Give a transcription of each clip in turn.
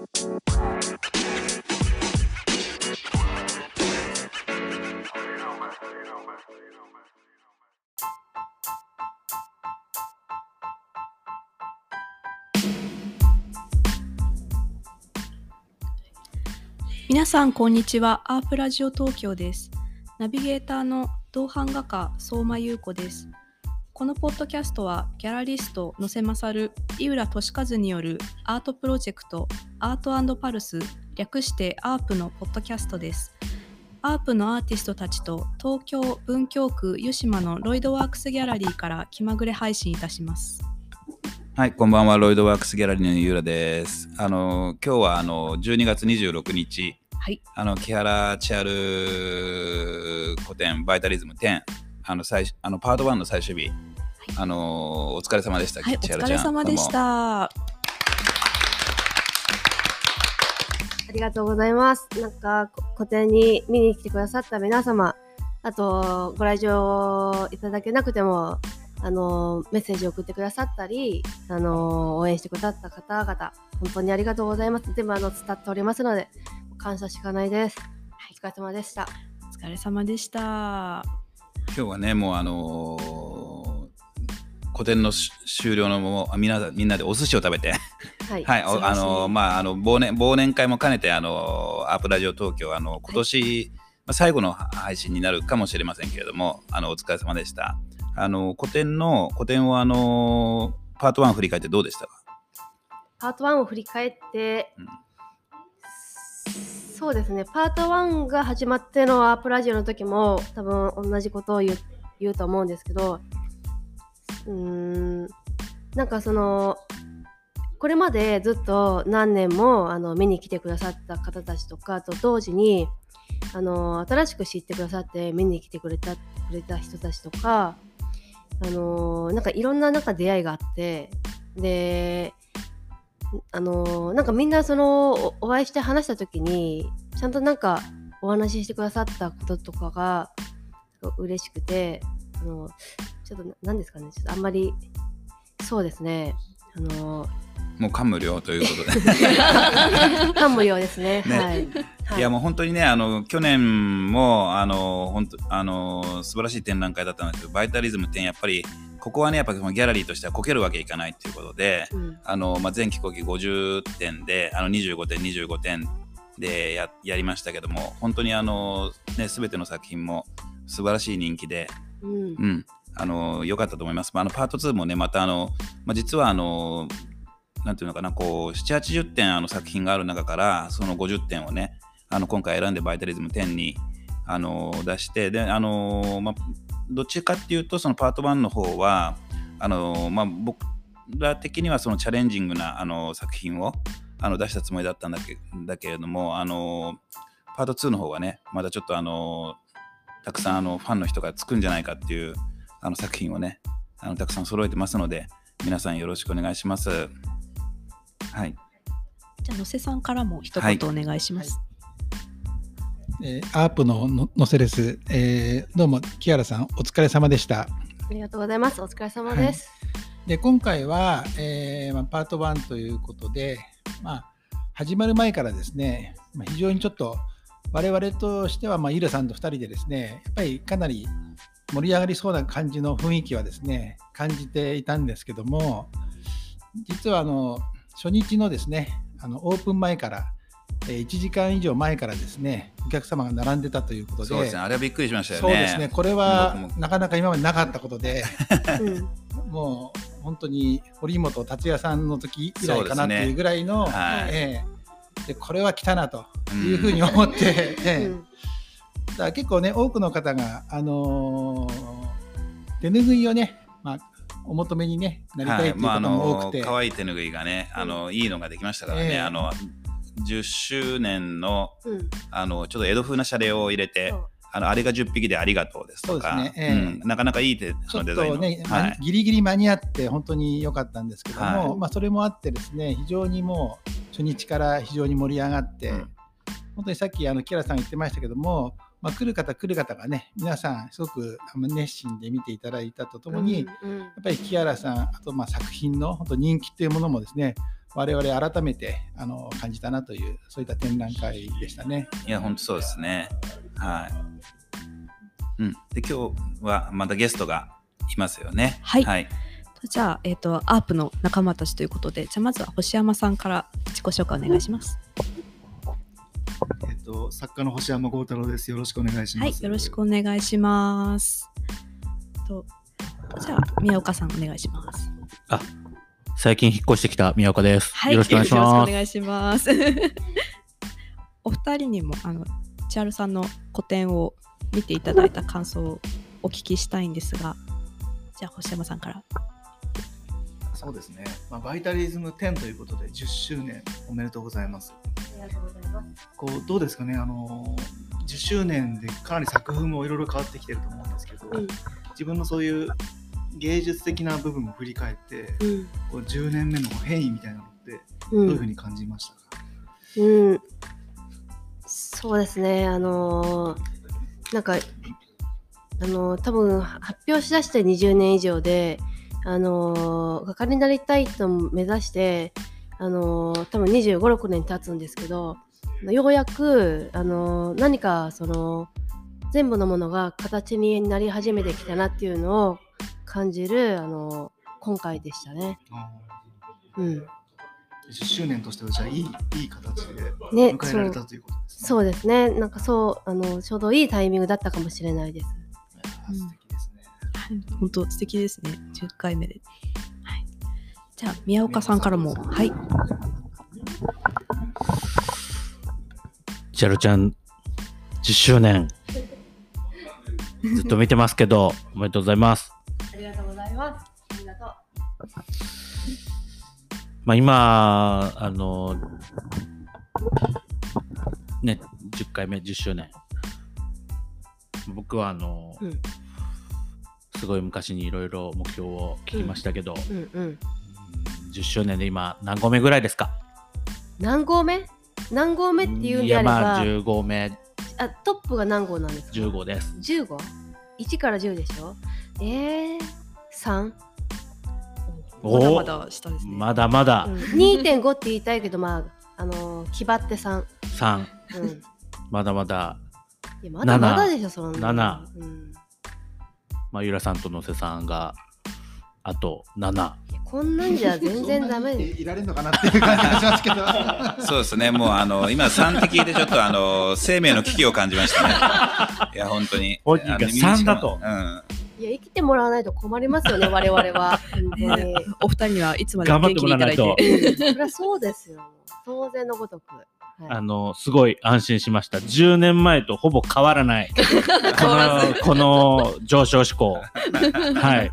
皆さんこんにちは。アープラジオ東京です。ナビゲーターの銅版画家相馬優子です。このポッドキャストはギャラリスト野瀬勝、井浦俊和によるアートプロジェクトアート&パルス、略してアープのポッドキャストです。アープのアーティストたちと東京文京区湯島のロイドワークスギャラリーから気まぐれ配信いたします。 はい、こんばんは。ロイドワークスギャラリーの井浦です。今日は12月26日、 はい、 木原千春個展バイタリズム10パート1の最終日、はい、お疲れ様でした。 はい、お疲れ様でした。 ありがとうございます。なんか個展に見に来てくださった皆様、あとご来場いただけなくてもメッセージを送ってくださったり、応援してくださった方々、本当にありがとうございます。全部伝っておりますので感謝しかないです。お疲れ様でした。 お疲れ様でした。 今日はね、もう個展の終了のみんなでお寿司を食べてはい、はい、忘年会も兼ねてアープラジオ東京今年、最後の配信になるかもしれませんけれども、お疲れ様でした。個展をパート1振り返ってどうでしたか？ パート1を振り返って、そうですね、パート1が始まってのアープラジオの時も多分同じことを言うと思うんですけど、なんかこれまでずっと何年も見に来てくださった方たちとかと同時に新しく知ってくださって見に来てくれた人たちとかなんかいろんな出会いがあって、でなんかみんなお会いして話した時にちゃんとなんかお話ししてくださったこととかが嬉しくて、ちょっと何ですかね、ちょっとあんまりそうですね、 もう感無量ということで感無量ですね。 ね、 はい、 いやもう本当にね、去年も本当素晴らしい展覧会だったんですけど、バイタリズム展やっぱりここはね、やっぱりギャラリーとしてはこけるわけいかないということで、前期後期50点で25点で やりましたけども、本当に全ての作品も素晴らしい人気で、良かったと思います。パート2もね、また実はなんていうのかな、こう7、80点作品がある中からその50点をね、今回選んでバイタリズム10に出して、でどっちかっていうとそのパート1の方は僕ら的にはそのチャレンジングな作品を出したつもりだったんだけれども、パート2の方はね、まだちょっとたくさんファンの人がつくんじゃないかっていう作品をねたくさん揃えてますので、皆さんよろしくお願いします。はい、 じゃあ野瀬さんからも一言お願いします。 アープの野瀬です。どうも木原さんお疲れ様でした。 ありがとうございます。お疲れ様です。 で今回は、パート1ということで、始まる前からですね、非常にちょっと我々としては井浦さんと2人でですね、やっぱりかなり盛り上がりそうな感じの雰囲気はですね感じていたんですけども、実は初日のですねオープン前から1時間以上前からですねお客様が並んでたということで、 そうですね、あれはびっくりしましたよね。 そうですね、これはなかなか今までなかったことでもう本当に堀本達也さんの時以来かなっていうぐらいの、でこれは来たなというふうに思って、だから結構ね多くの方が、手ぬぐいをね、お求めに、ね、なりたいっていう方も多くて、 可愛い手ぬぐいがねいいのができましたからね、10周年の、ちょっと江戸風なシャレを入れて、あれが10匹でありがとうですとか、なかなかいいデザインの、 ちょっとね、ギリギリ間に合って本当に良かったんですけども、それもあってですね、非常にもう初日から非常に盛り上がって、本当にさっき木原さん言ってましたけども、来る方がね、皆さんすごく熱心で見ていただいたとともに、やっぱり木原さん、あと作品の本当人気っていうものもですね、 我々改めて感じたなというそういった展覧会でしたね。 いや本当そうですね。はい。で今日はまたゲストがいますよね。 はい。じゃあ、アープの仲間たちということで、じゃあまずは星山さんから自己紹介お願いします。 作家の星山豪太郎です。よろしくお願いします。 はい、よろしくお願いします。じゃあ宮岡さんお願いします。 最近引っ越してきた宮岡です。 はい、 よろしくお願いします。 よろしくお願いします。お二人にも千春さんの個展を見ていただいた感想をお聞きしたいんですが、じゃあ星山さんから。 そうですね、バイタリズム10ということで10周年おめでとうございます。 ありがとうございます。 どうですかね、10周年でかなり作風もいろいろ変わってきてると思うんですけど、自分のそういう芸術的な部分を振り返って、10年目の変異みたいなのってどういうふうに感じましたか？ そうですね、なんか多分発表しだして20年以上で画家になりたいと目指して多分25、6年経つんですけど、ようやく何か全部のものが形になり始めてきたなっていうのを感じる今回でしたね。 10周年としてはじゃあいい形で迎えられたということですね。 そうですね。なんかちょうどいいタイミングだったかもしれないです。 素敵ですね。 本当素敵ですね。10回目で。はい。じゃあ宮岡さんからも。はい。 千春ちゃん10周年ずっと見てますけどおめでとうございます。 ありがとうございます。ありがとう。 今ね10回目10周年、僕はすごい昔にいろいろ目標を聞きましたけど、10周年で今何合目ぐらいですか？ 何合目っていうんであれば 10合目。 トップが何号なんですか ？10号です。 15？ 1から10でしょ。3？ まだまだ下ですね。 まだまだ、 2.5 って言いたいけど気張って3、 まだまだ。 いやまだまだでしょそんな。 7、ゆらさんとのせさんがあと7。 こんなんじゃ全然ダメです。いられるのかなっていう感じがしますけど。 そうですね。もう今3って聞いてちょっと生命の危機を感じましたね。いや本当に。 本人が3だと。 いや生きてもらわないと困りますよね我々は。 お二人にはいつまでも元気にいただいて。 そりゃそうですよ。当然のごとく。 すごい安心しました。10年前とほぼ変わらないこの上昇志向。はい。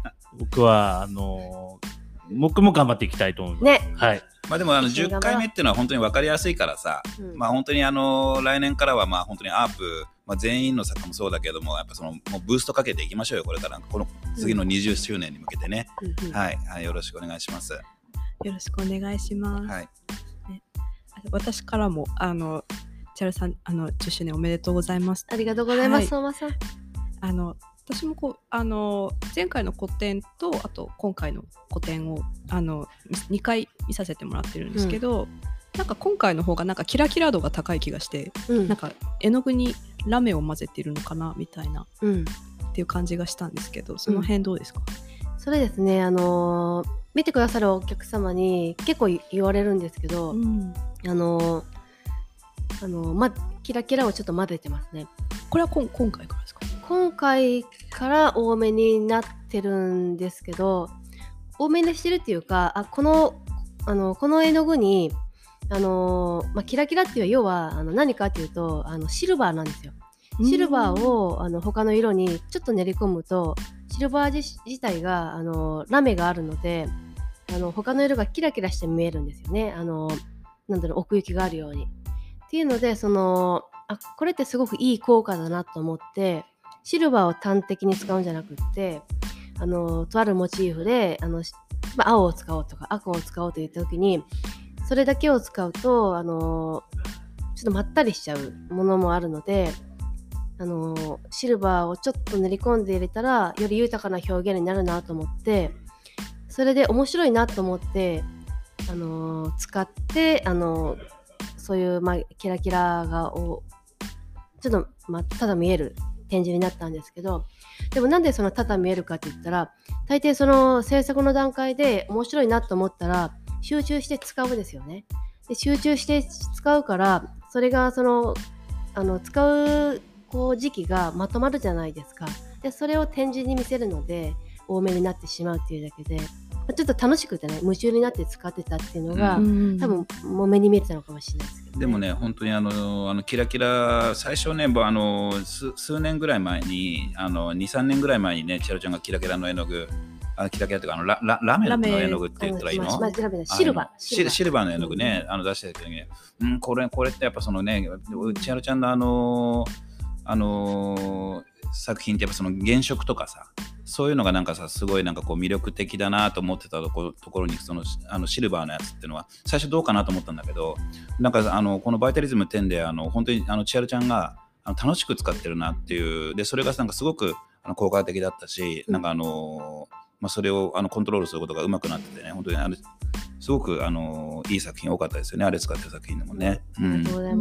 僕も頑張っていきたいと思います。 ね。 はい。 でも10回目っていうのは本当に分かりやすいからさ、本当に来年からは本当にアープ、全員の作家もそうだけども、やっぱもうブーストかけていきましょうよ、これからこの次の20周年に向けてね。はい、よろしくお願いします。 よろしくお願いします。はい。私からも千春さん10周年おめでとうございます。 ありがとうございます。相馬さん。 私も前回の個展とあと今回の個展を2回見させてもらってるんですけど、なんか今回の方がなんかキラキラ度が高い気がして、なんか絵の具にラメを混ぜているのかなみたいな、っていう感じがしたんですけど、その辺どうですか？ それですね、見てくださるお客様に結構言われるんですけど、キラキラをちょっと混ぜてますね。 これは今回からですか？ 今回から多めになってるんですけど、多めにしてるっていうか、この絵の具にキラキラっていう要は何かっていうとシルバーなんですよ。シルバーを他の色にちょっと練り込むと、シルバー自体がラメがあるので他の色がキラキラして見えるんですよね。奥行きがあるようにっていうので、これってすごくいい効果だなと思って、シルバーを端的に使うんじゃなくってとあるモチーフで青を使おうとか赤を使おうといった時に、それだけを使うとちょっとまったりしちゃうものもあるので、シルバーをちょっと練り込んで入れたらより豊かな表現になるなと思って、それで面白いなと思って使ってそういう、キラキラがちょっと、ただ見える展示になったんですけど、でもなんでそのただ見えるかって言ったら、大抵その制作の段階で面白いなと思ったら集中して使うんですよね。で集中して使うから、それがその使う時期がまとまるじゃないですか。でそれを展示に見せるので多めになってしまうっていうだけで、ちょっと楽しくてね、夢中になって使ってたっていうのが、多分もう目に見えてたのかもしれないですけど、ね、 でもね、本当にキラキラ、最初ね、数年ぐらい前に2、3年ぐらい前にね、千春ちゃんがキラキラの絵の具、キラキラというかラメの絵の具って言ったらいいの？ シルバーの絵の具ね、出してたけどね、これってやっぱそのね、千春ちゃんの作品ってやっぱその原色とかさ、そういうのがなんかさ、すごいなんかこう魅力的だなと思ってたところに、そのシルバーのやつっていうのは最初どうかなと思ったんだけど、なんかこのバイタリズム10で本当に千春ちゃんが楽しく使ってるなっていう、でそれがなんかすごく効果的だったし、なんかそれをコントロールすることがうまくなっててね、本当にすごくいい作品多かったですよね、あれ使ってる作品でもね。 ありがとうございます。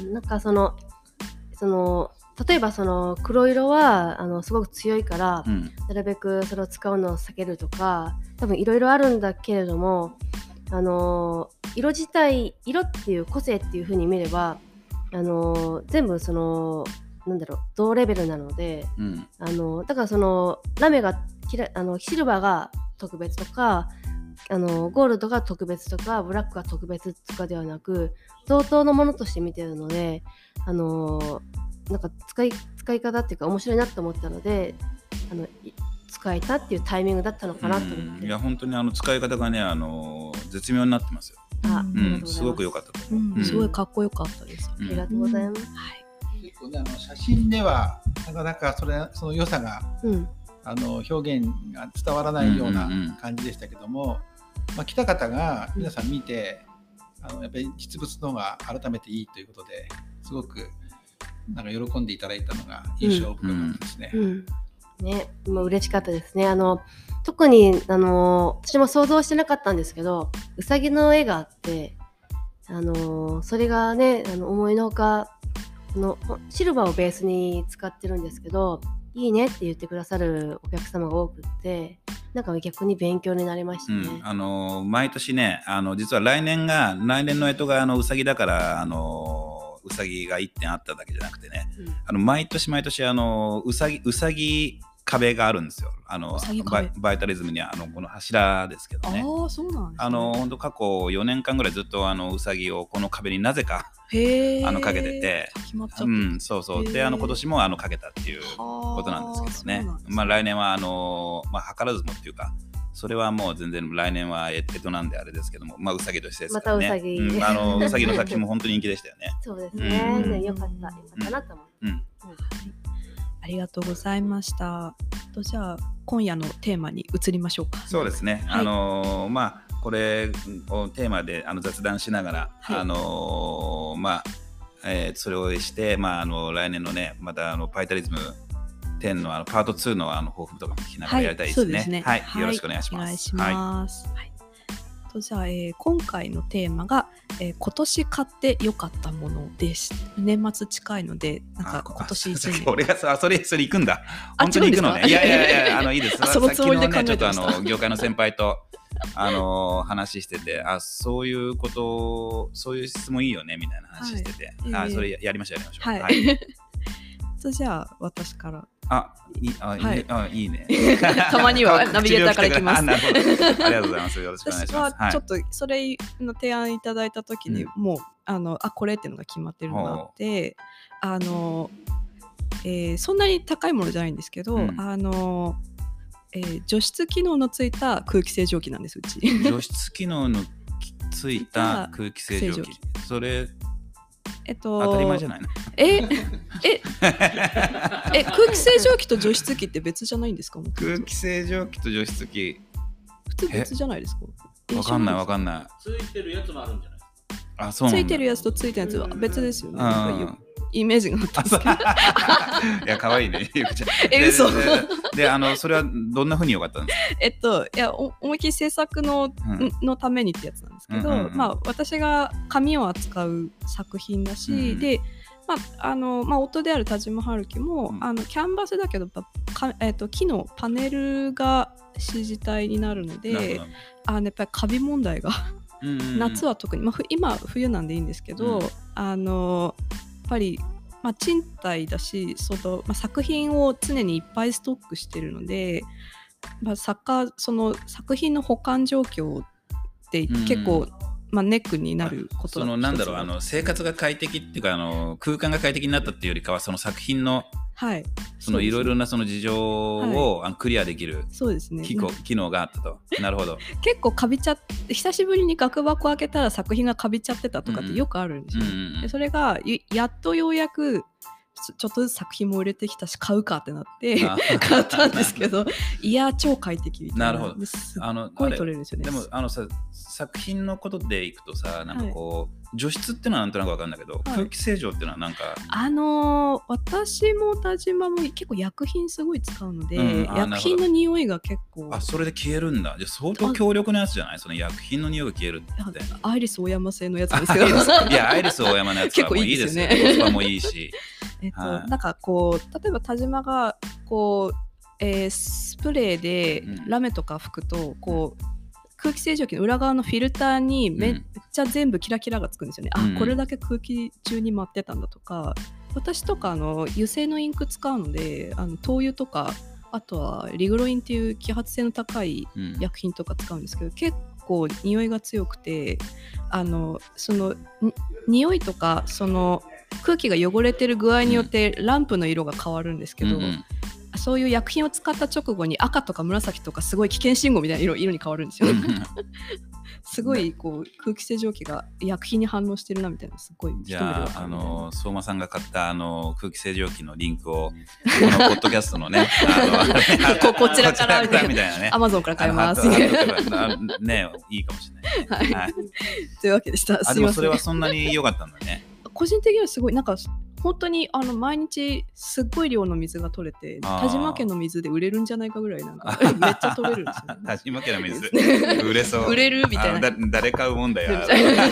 なんかその例えばその黒色はすごく強いから、なるべくそれを使うのを避けるとか、多分いろいろあるんだけれども、色自体、色っていう個性っていう風に見れば全部その同レベルなので、だからそのラメがシルバーが特別とかゴールドが特別とかブラックが特別とかではなく、同等のものとして見てるので、なんか使い方っていうか面白いなと思ったので使えたっていうタイミングだったのかなと思って。 いや本当に使い方がね絶妙になってますよ。すごく良かったと思う。 すごいかっこよかったです。 ありがとうございます。 結構ね写真ではなかなかその良さが、表現が伝わらないような感じでしたけども、来た方が皆さん見てやっぱり実物の方が改めていいということですごくなんか喜んでいただいたのが印象深かったですね。 もう嬉しかったですね。特に私も想像してなかったんですけど、うさぎの絵があってそれがね思いのほかシルバーをベースに使ってるんですけど、いいねって言ってくださるお客様が多くって、なんか逆に勉強になりましたね。 毎年ね実は来年の干支がうさぎだからうさぎが1点あっただけじゃなくてね、毎年うさぎ壁があるんですよ。バイタリズムにはこの柱ですけどね。 そうなんですね。 本当過去4年間ぐらいずっとうさぎをこの壁になぜかかけてて、そうそう。で今年もかけたっていうことなんですけどね。来年は図らずもっていうか、それはもう全然来年は干支なんであれですけども、うさぎとしてですからね。 またうさぎ、 うさぎの作品も本当に人気でしたよね。 そうですね。よかったなと思って。 ありがとうございました。じゃあ今夜のテーマに移りましょうか。 そうですね。これをテーマで雑談しながら、それをして、来年のねまたバイタリズム10のパート2の抱負とかも聞きながらやりたいですね。はい、よろしくお願いします。 お願いします。じゃあ、今回のテーマが、今年買って良かったものです。年末近いので、なんか今年1年。 俺がそれ行くんだ。本当に行くのね。いやいいです。 そのつもりで考えてました。 ちょっと業界の先輩と話してて、そういう質問いいよねみたいな話してて、それやりましょう。 はい。じゃあ私から。 いいね。 たまにはナビゲーターからいきます。 ありがとうございます。よろしくお願いします。 私はちょっとそれの提案いただいた時にもうこれっていうのが決まってるのがあって、そんなに高いものじゃないんですけど、除湿機能のついた空気清浄機なんです、うち。 除湿機能のついた空気清浄機。それ当たり前じゃないの？ 空気清浄機と除湿機って別じゃないんですか？ 空気清浄機と除湿機普通別じゃないですか？ わかんない。 ついてるやつもあるんじゃないですか？ そうなんだ。 ついてるやつとついてるやつは別ですよね。 イメージがあったんですけどいや可愛いねゆうこちゃん。 嘘でそれはどんな風に良かったんですか？ いや思いっきり制作のためにってやつなんですけど、私が紙を扱う作品だし、で夫である田島春樹も、キャンバスだけど木のパネルが指示体になるので、やっぱりカビ問題が夏は特に、今冬なんでいいんですけど、やっぱり、賃貸だし作品を常にいっぱいストックしてるので、その作品の保管状況って結構、ネックになることだ。 なんだろう、生活が快適っていうか空間が快適になったっていうよりかは、その作品のいろいろなその事情を、クリアできる機能があったと。なるほど。 結構かびちゃって久しぶりに額箱開けたら作品がかびちゃってたとかってよくあるんですよ。でそれがやっとようやくちょっとずつ作品も売れてきたし買うかってなって買ったんですけど、いや超快適みたいな。 なるほど。 すっごい撮れるんですよね。 でも作品のことでいくとさ、なんかこう、除湿ってのはなんとなく分かるんだけど、空気清浄っていうのはなんか私も田島も結構薬品すごい使うので、薬品の匂いが結構それで消えるんだ。じゃ相当強力なやつじゃない？その薬品の匂いが消えるって。 アイリスオーヤマ製のやつですけどいやアイリスオーヤマのやつはもういいですよね。コスパもいいしなんかこう例えば田島がこう、スプレーでラメとか拭くと、こう空気清浄機の裏側のフィルターにめっちゃ全部キラキラがつくんですよね。これだけ空気中に舞ってたんだとか。私とか油性のインク使うので、灯油とかあとはリグロインっていう揮発性の高い薬品とか使うんですけど、結構匂いが強くて、その匂いとかその空気が汚れてる具合によってランプの色が変わるんですけど、そういう薬品を使った直後に赤とか紫とかすごい危険信号みたいな色に変わるんですよすごいこう空気清浄機が薬品に反応してるなみたいな、すごい。 じゃあ相馬さんが買った空気清浄機のリンクをこのポッドキャストのねこちらからみたいなね、 アマゾンから買えますね、いいかもしれない、 というわけでした。 でもそれはそんなに良かったんだね。 個人的にはすごいなんか本当に毎日すっごい量の水が取れて、田島家の水で売れるんじゃないかぐらいなんかめっちゃ取れるんですよね。 田島家の水売れそう、 売れるみたいな。 誰買うもんだよ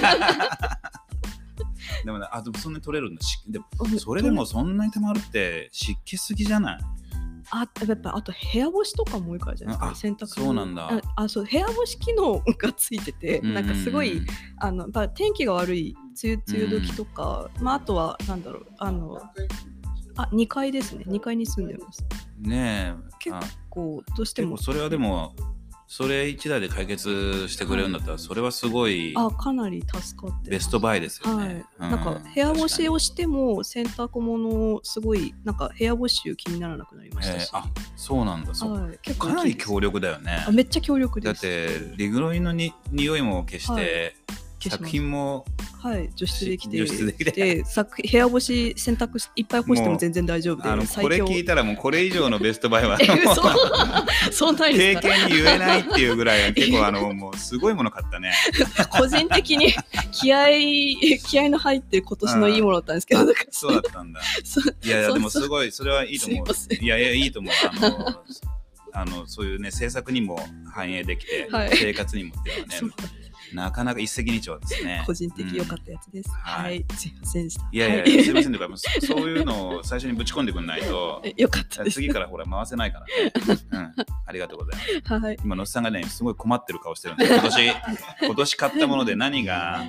でもね、でもそんなに取れるんだ。でもそれでもそんなに溜まるって湿気すぎじゃない？ やっぱあと部屋干しとかも多いからじゃないですか。洗濯。 そうなんだ。 そう部屋干し機能がついてて、なんかすごい天気が悪い梅雨時とか、あとはなんだろう2階ですね。2階に住んでますね。 結構どうしてもそれはでもそれ1台で解決してくれるんだったら、それはすごいかなり助かってベストバイですよね。 なんか部屋干しをしても洗濯物をすごいなんか部屋干し気にならなくなりましたし。 そうなんだ。結構かなり強力だよね。 めっちゃ強力です。 だってリグロインの匂いも消して、作品も除湿できて部屋干し洗濯いっぱい干しても全然大丈夫で、 これ聞いたらもうこれ以上のベストバイはそんなに経験に言えないっていうぐらい結構もうすごいもの買ったね個人的に気合の入ってる今年のいいものだったんですけど。 そうだったんだ。いやでもすごいそれはいいと思う。いやいいと思う。そういうね制作にも反映できて、生活にもっていうのはねなかなか一石二鳥ですね。 個人的良かったやつです。すいませんでした。 いやすいませんとかそういうのを最初にぶち込んでくんないとよかったです。 次からほら回せないからね。ありがとうございます。今のっさんがねすごい困ってる顔してるんで、今年買ったもので何が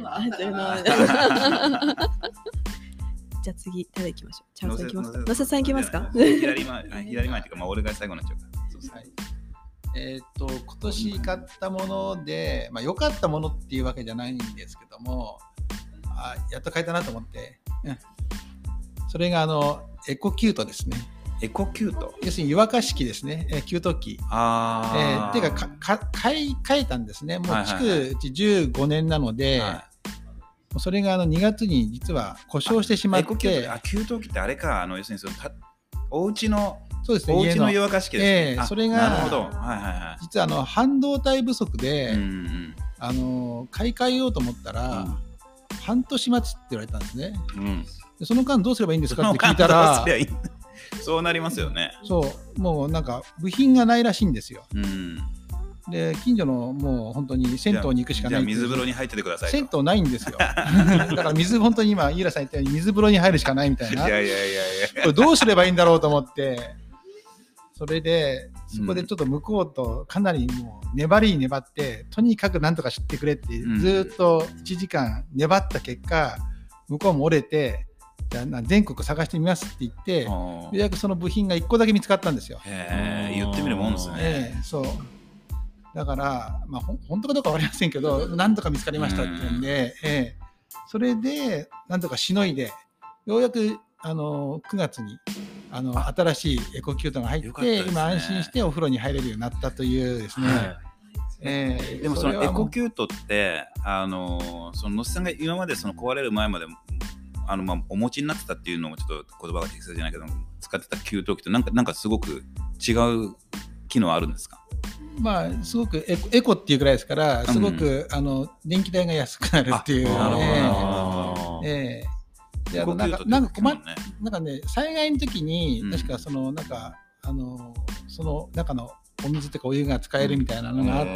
じゃあ次誰行きましょう。チャロさん行きますか。野瀬さん行きますか。 左前っていうか俺が最後になっちゃうから。 今年買ったもので、良かったものっていうわけじゃないんですけども、やっと買えたなと思って、それがエコキュートですね。 エコキュート、 要するに湯沸かし器ですね、給湯器。っていうか買えたんですね。もう築15年なので、それが2月に実は故障してしまって。 給湯器ってあれか、要するにお家のそうですね、 お家の湯沸かし器ですね。 それが実は半導体不足で、買い替えようと思ったら、 半年待つって言われたんですね。 うん、 でその間どうすればいいんですかって聞いたらそうなりますよね。 そうもうなんか部品がないらしいんですよ。 うん、 で近所のもう本当に銭湯に行くしかない。 じゃあ水風呂に入っててください。 銭湯ないんですよ。だから本当に今井浦さん言ったように水風呂に入るしかないみたいな。 いやこれどうすればいいんだろうと思って、それでそこでちょっと向こうとかなりもう粘ってとにかくなんとか知ってくれってずっと1時間粘った結果、向こうも折れて、じゃあ全国探してみますって言って、ようやくその部品が1個だけ見つかったんですよ。 言ってみるもんですね。 そうだから、まあ、本当かどうか分かりませんけど、なんとか見つかりましたっていうんで、それでなんとかしのいで、ようやく9月に新しいエコキュートが入って、今安心してお風呂に入れるようになったというですね。 でもそのエコキュートってその野瀬さんが今までその壊れる前までお持ちになってたっていうのもちょっと言葉が適切じゃないけど使ってた給湯器となんかすごく違う機能あるんですか？ まあすごくエコっていうぐらいですからすごく、電気代が安くなるっていうなんかね災害の時に、確かその中のお水とかお湯が使えるみたいなのがあって、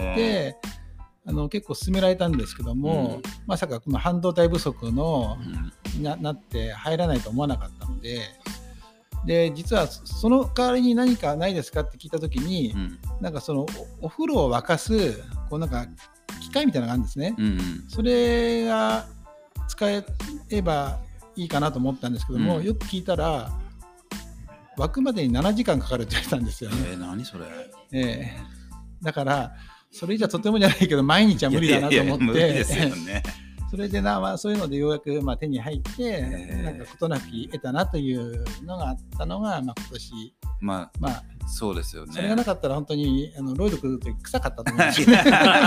結構勧められたんですけども、まさかこの半導体不足の、なって入らないと思わなかったので、実はその代わりに何かないですかって聞いた時に、なんかそのお風呂を沸かすこうなんか機械みたいなのがあるんですね。それが使えばいいかなと思ったんですけども、よく聞いたら沸くまでに7時間かかるって言われたんですよね。 何それ？ だからそれじゃとてもじゃないけど毎日は無理だなと思って、 無理ですよね。 それでそういうのでようやく手に入ってなんか事なき得たなというのがあったのが、今年そうですよね。 それがなかったら本当にロイド来ると臭かったと思うんですよね。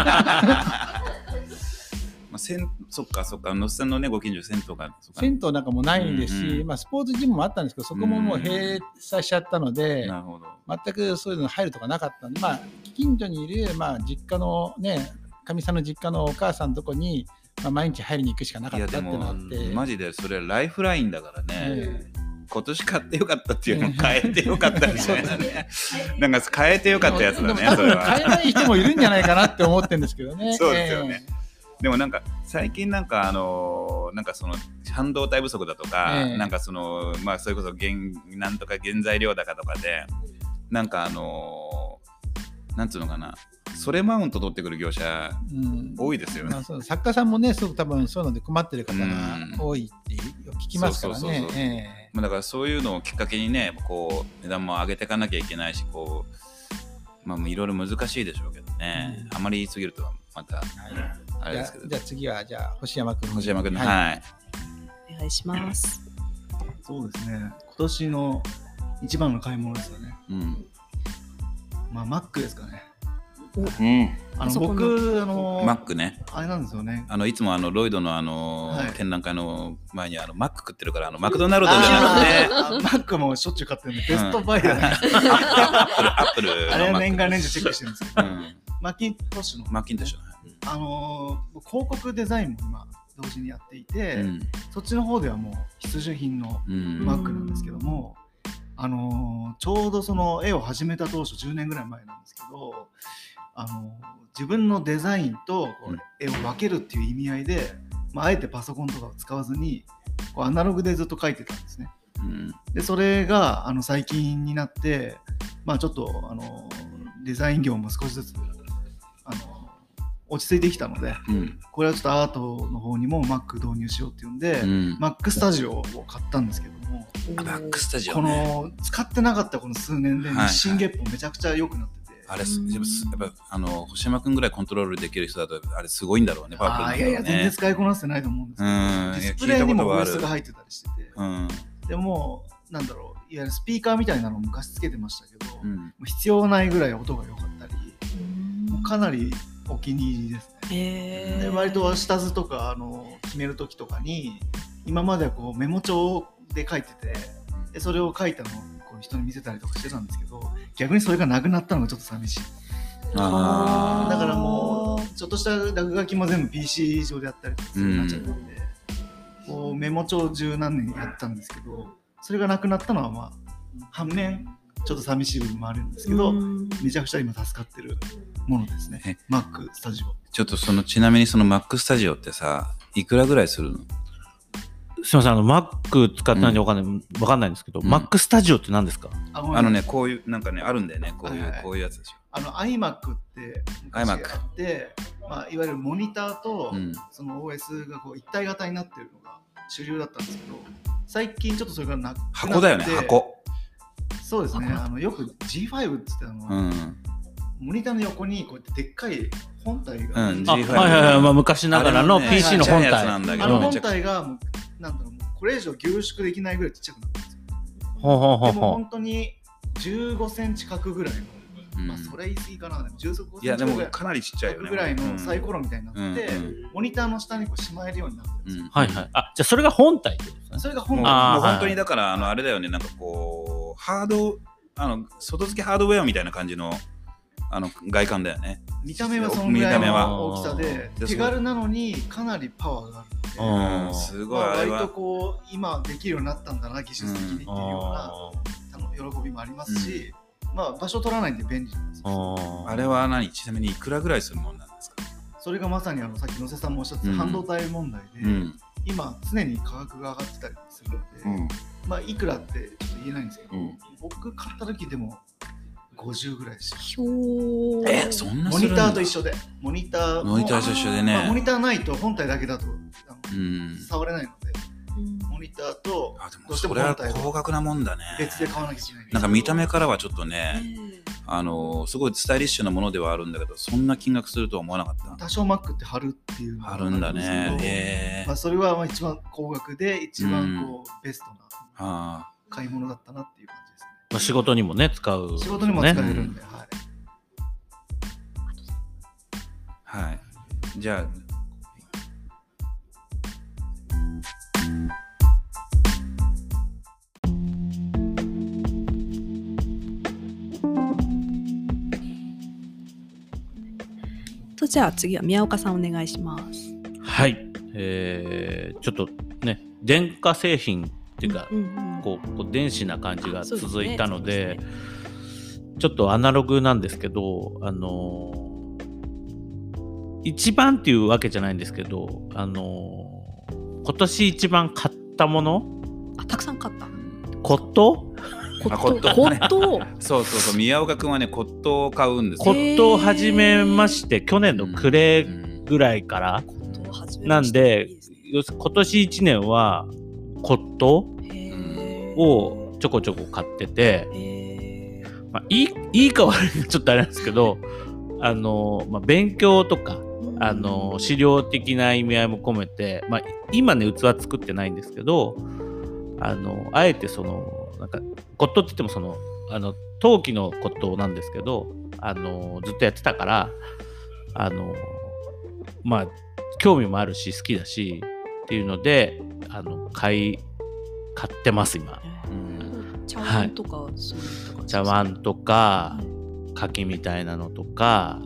そっか野瀬さんのねご近所銭湯が銭湯なんかもないですし、スポーツジムもあったんですけどそこももう閉鎖しちゃったので、全くそういうの入るとかなかったんで、近所にいる実家のねかみさんの実家のお母さんのとこに、毎日入りに行くしかなかったっていうのがあって、 マジでそれライフラインだからね。今年買ってよかったっていうの変えてよかったみたいなね。なんか変えてよかったやつだね。それは変えない人もいるんじゃないかなって思ってるんですけどね。 そうですよね。でもなんか最近なんかなんかその半導体不足だとか、なんかそのそれこそなんとか原材料高とかでなんかなんつうのかな、それマウント取ってくる業者多いですよね。 作家さんもねすごく多分そういうので困ってる方が多いって聞きますからね。 だからそういうのをきっかけにねこう値段も上げていかなきゃいけないし、こういろいろ難しいでしょうけどね、あまり言い過ぎるとまたあれですけど。 じゃあ次は星山君。 はい、 お願いします。 そうですね、今年の一番の買い物ですよね。マックですかね。僕マックね、 あれなんですよね。 いつもロイドの展覧会の前にマック食ってるからマクドナルドじゃなくてマックもしょっちゅう買ってるんでベストバイだね。 アップルあれは年がら年中チェックしてるんですけど、マッキントッシュの広告デザインも今同時にやっていて、そっちの方ではもう必需品のマックなんですけども、ちょうどその絵を始めた当初10年ぐらい前なんですけど、自分のデザインと絵を分けるっていう意味合いで、あえてパソコンとかを使わずにこうアナログでずっと描いてたんですね。でそれが最近になってちょっとデザイン業も少しずつ落ち着いてきたので、これはちょっとアートの方にも Mac 導入しようっていうんで、Mac スタジオを買ったんですけども、 Mac スタジオ、 この使ってなかったこの数年で日進月歩めちゃくちゃ良くなってて、 あれやっぱ星山君ぐらいコントロールできる人だとあれすごいんだろうね。パワフルいや全然使いこなせてないと思うんですけど、ディスプレイにも OS が入ってたりしてて、でもなんだろう、いわゆるスピーカーみたいなのを昔つけてましたけど、必要ないぐらい音が良かったり、もうかなりお気に入りですね。で割と下図とか決める時とかに今まではこうメモ帳で書いてて、でそれを書いたのをこう人に見せたりとかしてたんですけど、逆にそれがなくなったのがちょっと寂しい。だからもうちょっとした落書きも全部 PC 上でやったりとかなっちゃったんで、 メモ帳十何年やったんですけど、それがなくなったのはまあ反面ちょっと寂しい部分もあるんですけど、めちゃくちゃ今助かってるものですね。Mac スタジオ。 ちょっとちなみにその Mac スタジオってさ、いくらぐらいするの？ すみません、Mac 使ってないんでわかんないんですけど、Mac スタジオって何ですか？ こういうなんかねあるんだよね、こういうやつでしょ。 iMac って昔あって、まあ、いわゆるモニターとその OS がこう一体型になってるのが主流だったんですけど、最近ちょっとそれがなくなって、 箱だよね、箱。 そうですね、よく G5 っつってモニターの横にこうやってでっかい本体が、 まあ、昔ながらの PC の本体、 本体がもうなんだろう、これ以上凝縮できないぐらいちっちゃくなってるんですよ。でも本当に15センチ角ぐらいの、まあそれ言い過ぎかな、15センチいやでもかなりちっちゃいよねぐらいのサイコロみたいになって、モニターの下にこうしまえるようになってるんですよ。 はいはい。あ、じゃあそれが本体ってことですね。 それが本体。 もう本当にだからあれだよね、なんかこうハード外付けハードウェアみたいな感じの外観だよね。 見た目はそのぐらいの大きさで手軽なのにかなりパワーがあるので、 すごい割とこう今できるようになったんだな、技術的にっていうような喜びもありますし、まあ場所取らないんで便利なんですよ。 あれはちなみにいくらぐらいするものなんですか？ それがまさにさっき野瀬さんもおっしゃってた半導体問題で、今常に価格が上がってたりするので、まあいくらってちょっと言えないんですけど、僕買った時でも50ぐらいします。 そんなモニターと一緒で、モニターと一緒でね、 モニターないと本体だけだと触れないので、モニターとどうしても本体高額なもんだね。 別で買わなきゃいけない。 なんか見た目からはちょっとね、すごいスタイリッシュなものではあるんだけど、そんな金額するとは思わなかった。 多少 Mac って貼るっていうのがあるんだね。 まあそれは一番高額で一番こうベストな買い物だったなっていう感じですね。 まあ仕事にもね使う。 仕事にも使えるんで、 はい。じゃあ。 じゃあ次は宮岡さんお願いします。 はい、ちょっとね電化製品っていうか、こう電子な感じが続いたので、ちょっとアナログなんですけど、一番っていうわけじゃないんですけど、今年一番買ったもの、 たくさん買った。 骨董？ 骨董。 そう宮岡くんはね骨董を買うんですよ。 骨董を始めまして、去年の暮れぐらいから、なんで今年1年は骨董をちょこちょこ買ってて、まあ、いいか悪いかちょっとあれなんですけど、まあ、勉強とか資料的な意味合いも込めて、まあ、今ね器作ってないんですけど、あえてなんか骨董って言っても陶器の骨董なんですけど、ずっとやってたからまあ興味もあるし好きだしっていうので買ってます今。 茶碗とか、そういった感じ。 茶碗とか柿みたいなのとか、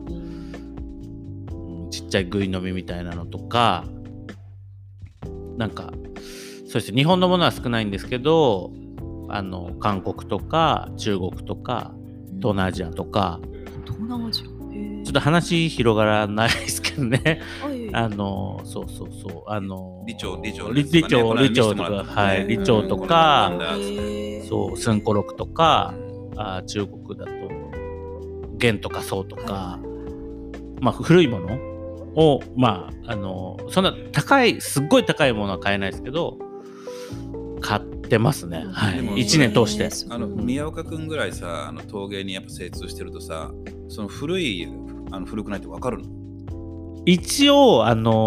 ちっちゃいぐい飲みみたいなのとか、なんかそうですね、日本のものは少ないんですけど、韓国とか中国とか東南アジアとか、 東南アジア、ちょっと話広がらないですけどね。そう李長とか、はい、李長とか、そうスンコロクとか、中国だと元とか宋とか、まあ古いものをまあそんなすっごい高いものは買えないですけど買ってますね。はい。1年通して。 宮岡くんぐらいさ陶芸にやっぱ精通してるとさ、その古くないって分かるの？ 一応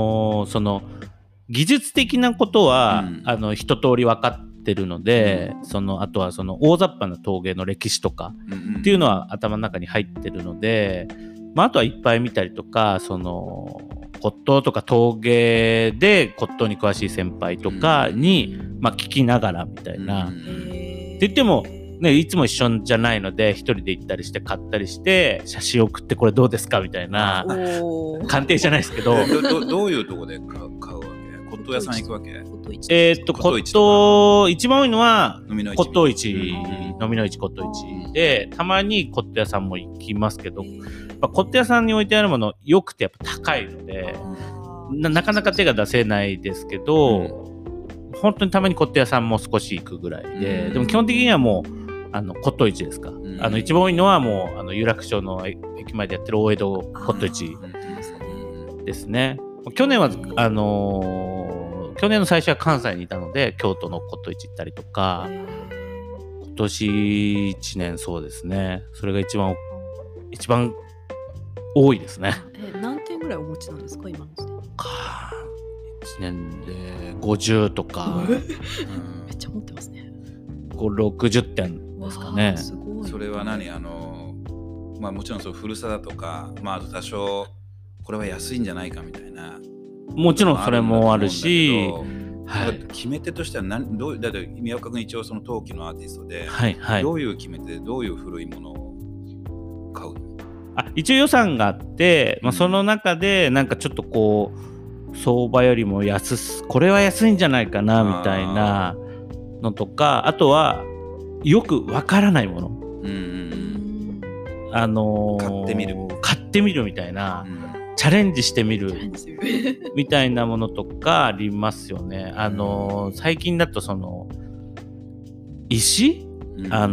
技術的なことは、一通り分かってるので、あとは大雑把な陶芸の歴史とかっていうのは頭の中に入ってるので、まあ、あとはいっぱい見たりとか、骨董とか陶芸で骨董に詳しい先輩とかに、まあ、聞きながらみたいな。って言ってもね、いつも一緒じゃないので、一人で行ったりして買ったりして写真送ってこれどうですかみたいな鑑定じゃないですけど。 どういうとこで買うわけ？骨骨董屋さん行くわけ？ 骨董一番多いのは骨董市、飲みの市、骨董市で、たまに骨董屋さんも行きますけど、骨董屋さんに置いてあるものよくてやっぱ高いので、なかなか手が出せないですけど、本当にたまに骨董屋さんも少し行くぐらいで、でも基本的にはもう骨董市ですか。一番多いのはもう有楽町の駅前でやってる大江戸骨董市ですね。去年は去年の最初は関西にいたので京都の骨董市行ったりとか、今年1年そうですね、それが一番多いですね。 何点ぐらいお持ちなんですか今の時点？ 1年で50とか、 めっちゃ持ってますね。 60点ですかね。 すごい。 それは何もちろんそう古さだとか、あと多少これは安いんじゃないかみたいな、 もちろんそれもあるし、 決め手としてはだって宮岡君一応その陶器のアーティストで、どういう決め手でどういう古いものを買うの？ 一応予算があって、その中でなんかちょっとこう相場よりもこれは安いんじゃないかなみたいなのとか、あとはよくわからないもの、買ってみるみたいな、チャレンジしてみるみたいなものとかありますよね。最近だとその石、玉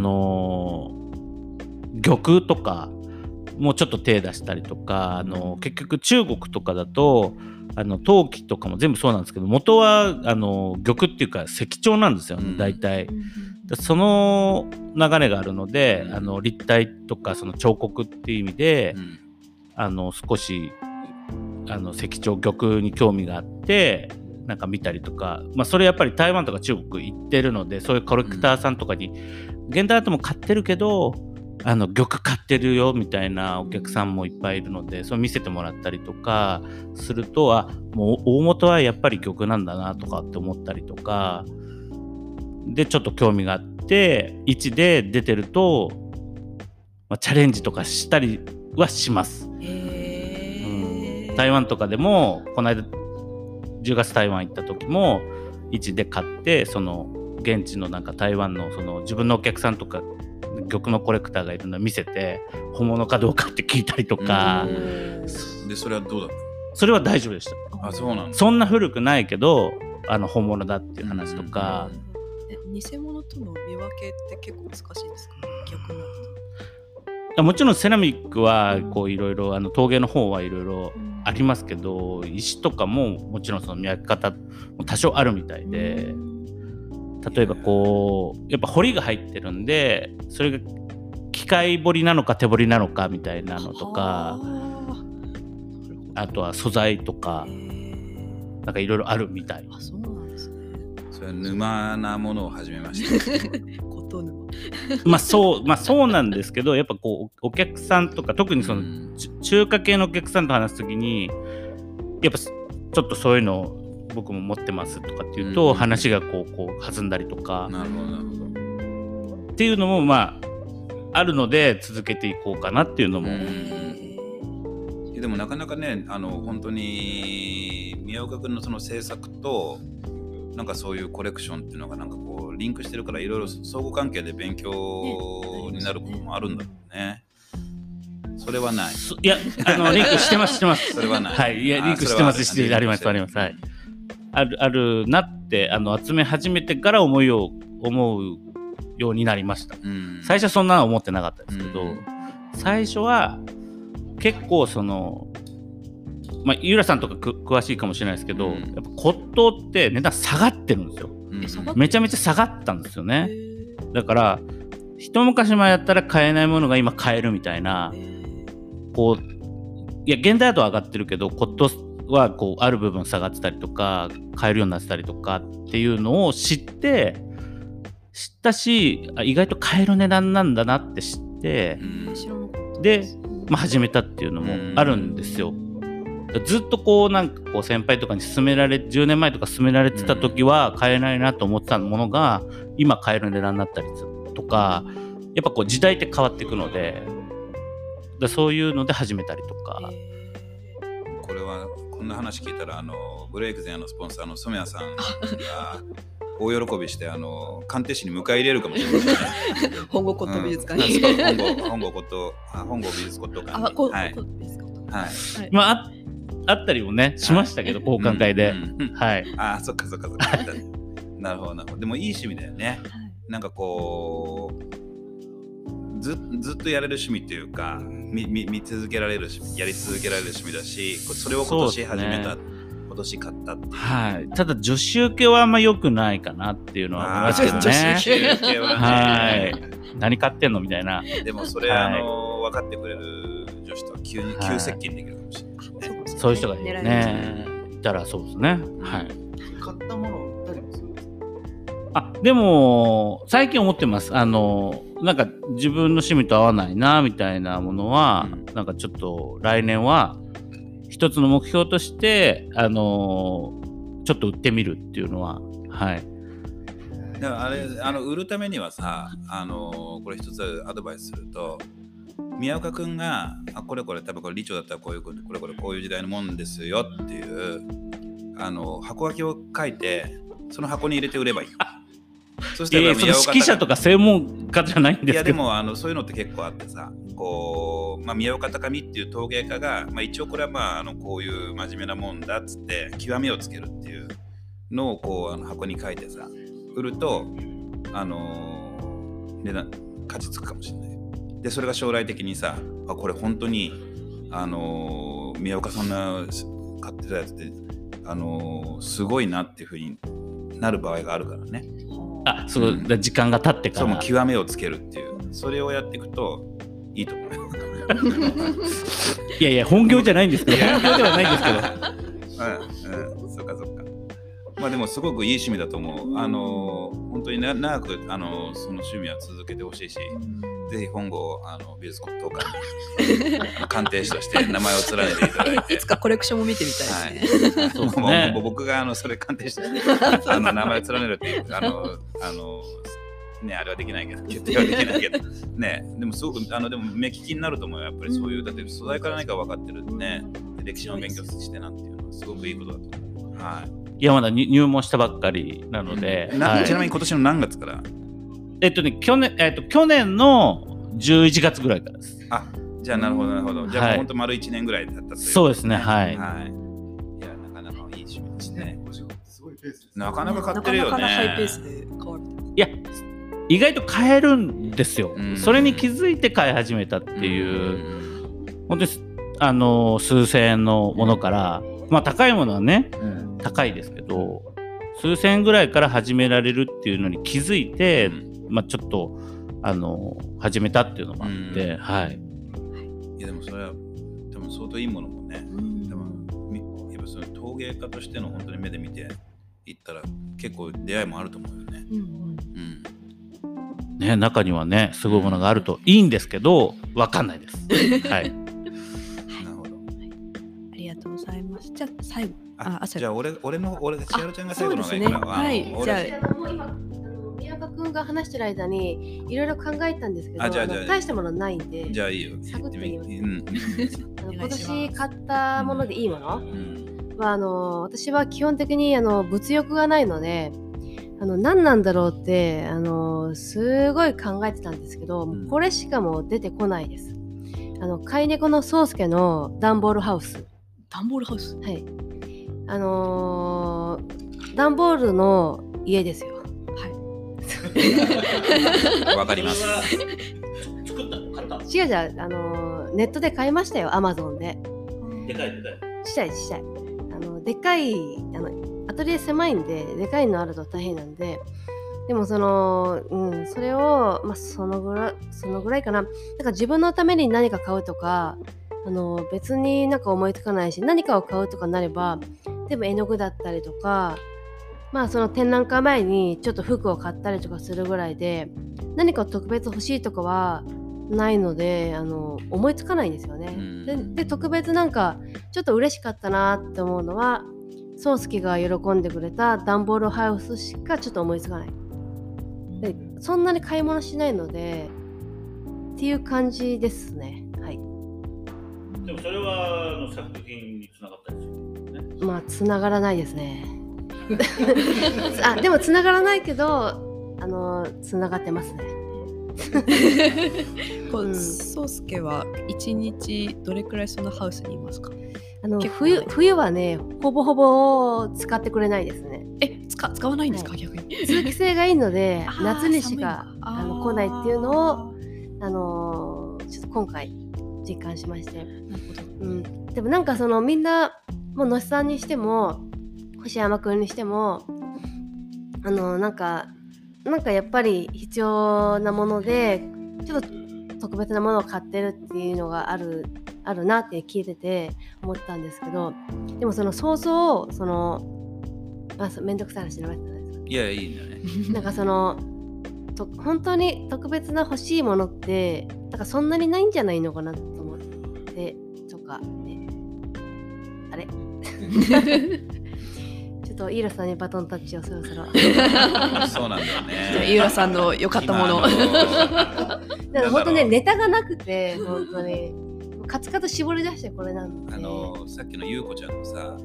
とかもうちょっと手出したりとか、結局中国とかだと陶器とかも全部そうなんですけど、元は玉っていうか石彫なんですよね、大体。その流れがあるので、立体とかその彫刻っていう意味で、少し石彫玉に興味があってなんか見たりとか、それやっぱり台湾とか中国行ってるので、そういうコレクターさんとかに現代アートも買ってるけど玉買ってるよみたいなお客さんもいっぱいいるので、それ見せてもらったりとかすると、もう大元はやっぱり玉なんだなとかって思ったりとかで、ちょっと興味があって市で出てると、チャレンジとかしたりはします。台湾とかでもこの間10月台湾行った時も市で買って、その現地のなんか台湾のその自分のお客さんとか玉のコレクターがいるのを見せて、本物かどうかって聞いたりとか。 でそれはどうだった？ それは大丈夫でした。 そうなんだ。 そんな古くないけど本物だっていう話とか。 偽物との見分けって結構難しいですか？逆に。 もちろんセラミックはこういろいろ陶芸の方はいろいろありますけど、石とかももちろんその見分け方も多少あるみたいで、例えばこうやっぱ彫りが入ってるんで、それが機械彫りなのか手彫りなのかみたいなのとか、あとは素材とかなんかいろいろあるみたい。 そうなんですね。 それは沼なものを始めました。 そうなんですけど、やっぱこうお客さんとか特にその中華系のお客さんと話すときにやっぱちょっとそういうのを僕も持ってますとかっていうと、話がこう弾んだりとかっていうのもあるので続けていこうかなっていうのも。 でもなかなかね、本当に宮岡君のその制作となんかそういうコレクションっていうのがなんかこうリンクしてるから、いろいろ相互関係で勉強になることもあるんだろうね。それはない。 いやリンクしてますそれはない。 はい、いやリンクしてますありますはい。あるなって集め始めてから思うようになりました。最初はそんなの思ってなかったですけど、最初は結構そのゆらさんとか詳しいかもしれないですけど、やっぱ骨董って値段下がってるんですよ。めちゃめちゃ下がったんですよね。だから一昔前やったら買えないものが今買えるみたいな、こういや現代アートは上がってるけど骨董はこうある部分下がってたりとか買えるようになってたりとかっていうのを知ったし、意外と買える値段なんだなって知って、で、始めたっていうのもあるんですよ。ずっとこうなんかこう先輩とかに10年前とか勧められてた時は買えないなと思ってたものが今買える値段になったりとか、やっぱこう時代って変わっていくので、そういうので始めたりとか。 これはこんな話聞いたらブレイクゼンのスポンサーの染谷さんが大喜びして鑑定士に迎え入れるかもしれない、ね、 本郷骨董美術館に、 本郷美術骨董館に、 はい、 まああったりもねしましたけど、交換会で、はい。 そっかなるほど。でもいい趣味だよね。なんかこうずっとやれる趣味っていうか、見続けられるやり続けられる趣味だし、それを今年始めた、今年買ったっていう。 はい。ただ女子受けはあんま良くないかなっていうのは思いますけどね。 女子受けはね。 はい。何買ってんのみたいな。 でもそれ、分かってくれる女子とは急接近できるかもしれない。 そういう人がねいたらそうですね。はい。 買ったものを売ったりもするんですか？ でも最近思ってます。なんか自分の趣味と合わないなみたいなものは、なんかちょっと来年は一つの目標としてちょっと売ってみるっていうのは、はい。 だからあれ売るためにはさ、これ一つアドバイスすると。宮岡くんがこれ多分これ理長だったらこういうことこういう時代のもんですよっていう箱書きを書いてその箱に入れて売ればいい。 そしたらそれ指揮者とか専門家じゃないんですけど。いやでもそういうのって結構あってさ、こう宮岡高美っていう陶芸家が、一応これはこういう真面目なもんだっつって極めをつけるっていうのをこう箱に書いてさ売ると値段価値つくかもしれない。でそれが将来的にさこれ本当に宮岡さんが買ってたやつってすごいなっていう風になる場合があるからね。 そう時間が経ってからもう極めをつけるっていうそれをやっていくといいと思うよ。 いや本業じゃないんですけど本業ではないんですけどそっかでもすごくいい趣味だと思う。本当に長くその趣味は続けてほしいし、ぜひ本郷美術骨董館に鑑定士として名前を連ねていただいていつかコレクションも見てみたいですね。 そうですね。もう僕がそれ鑑定士として名前を連ねるっていうねあれはできないけど決定はできないけどね。でもすごくでも目利きになると思うよ。やっぱりそういうだって素材から何か分かってるね。歴史の勉強してなんていうのはすごくいいことだと思う。はい。 いやまだ入門したばっかりなので、 ちなみに今年の何月から？ 去年の11月ぐらいからです。 じゃあなるほど。じゃあもうほんと丸1年ぐらいだったという。 そうですね。はい。 いやなかなかいい趣味ですね。なかなか買ってるよね。 なかなかハイペースで買われてます。 いや意外と買えるんですよ。それに気づいて買い始めたっていう本当に数千円のものから高いものはね、高いですけど数千円ぐらいから始められるっていうのに気づいて、ちょっと始めたっていうのもあって、はい。 いやでもそれは多分相当いいものもね、でもやっぱその陶芸家としての本当に目で見ていったら結構出会いもあると思うよね。 ね、中にはねすごいものがあるといいんですけど分かんないです。はい。 なるほど。 ありがとうございます。じゃあ最後。 じゃあ俺千春ちゃんが最後の方がいいから。 はい。じゃあ今宮岡くんが話してる間にいろいろ考えたんですけど、大したものないんで。 じゃあいいよ。 サクッと言います。今年買ったものでいいものは私は基本的に物欲がないので。何なんだろうってすごい考えてたんですけど、これしかもう出てこないです。飼い猫の宗介の段ボールハウス。 段ボールハウス。 はい。段ボールの家ですよ。 はい。わかります。 作ったの買った？ 違うネットで買いましたよ、アマゾンで。 でかい。 ちっちゃい。でかいアトリエ狭いんででかいのあると大変なんで、でもそれをそのぐらいかな。なんか自分のために何か買うとか別になんか思いつかないし、何かを買うとかなればでも絵の具だったりとか、その展覧会前にちょっと服を買ったりとかするぐらいで、何か特別欲しいとかはないので思いつかないんですよね。で特別なんかちょっと嬉しかったなって思うのは宗介が喜んでくれた段ボールハウスしかちょっと思いつかない。でそんなに買い物しないのでっていう感じですね。はい。 でもそれは作品につながったりするんですね。 まあつながらないですね。でもつながらないけどつながってますね。 宗介は1日どれくらいそのハウスにいますか？ 冬はねほぼほぼ使ってくれないですね。 使わないんですか、はい、逆に。 通気性がいいので夏にしか来ないっていうのをちょっと今回実感しまして。なるほど。でもなんかみんなもう野志さんにしても星山くんにしてもなんかやっぱり必要なものでちょっと特別なものを買ってるっていうのがあるなって聞いてて思ったんですけど、でも想像めんどくさい話になりましたね。 いや、いいんだね。 なんか本当に特別な欲しいものってなんかそんなにないんじゃないのかなと思ってとかね。あれちょっとイーラさんにバトンタッチをそろそろ。 そうなんだよね。 イーラさんの良かったもの。 本当ねネタがなくて本当にカツカツ絞り出してこれなんで。 さっきのゆうこちゃんのさ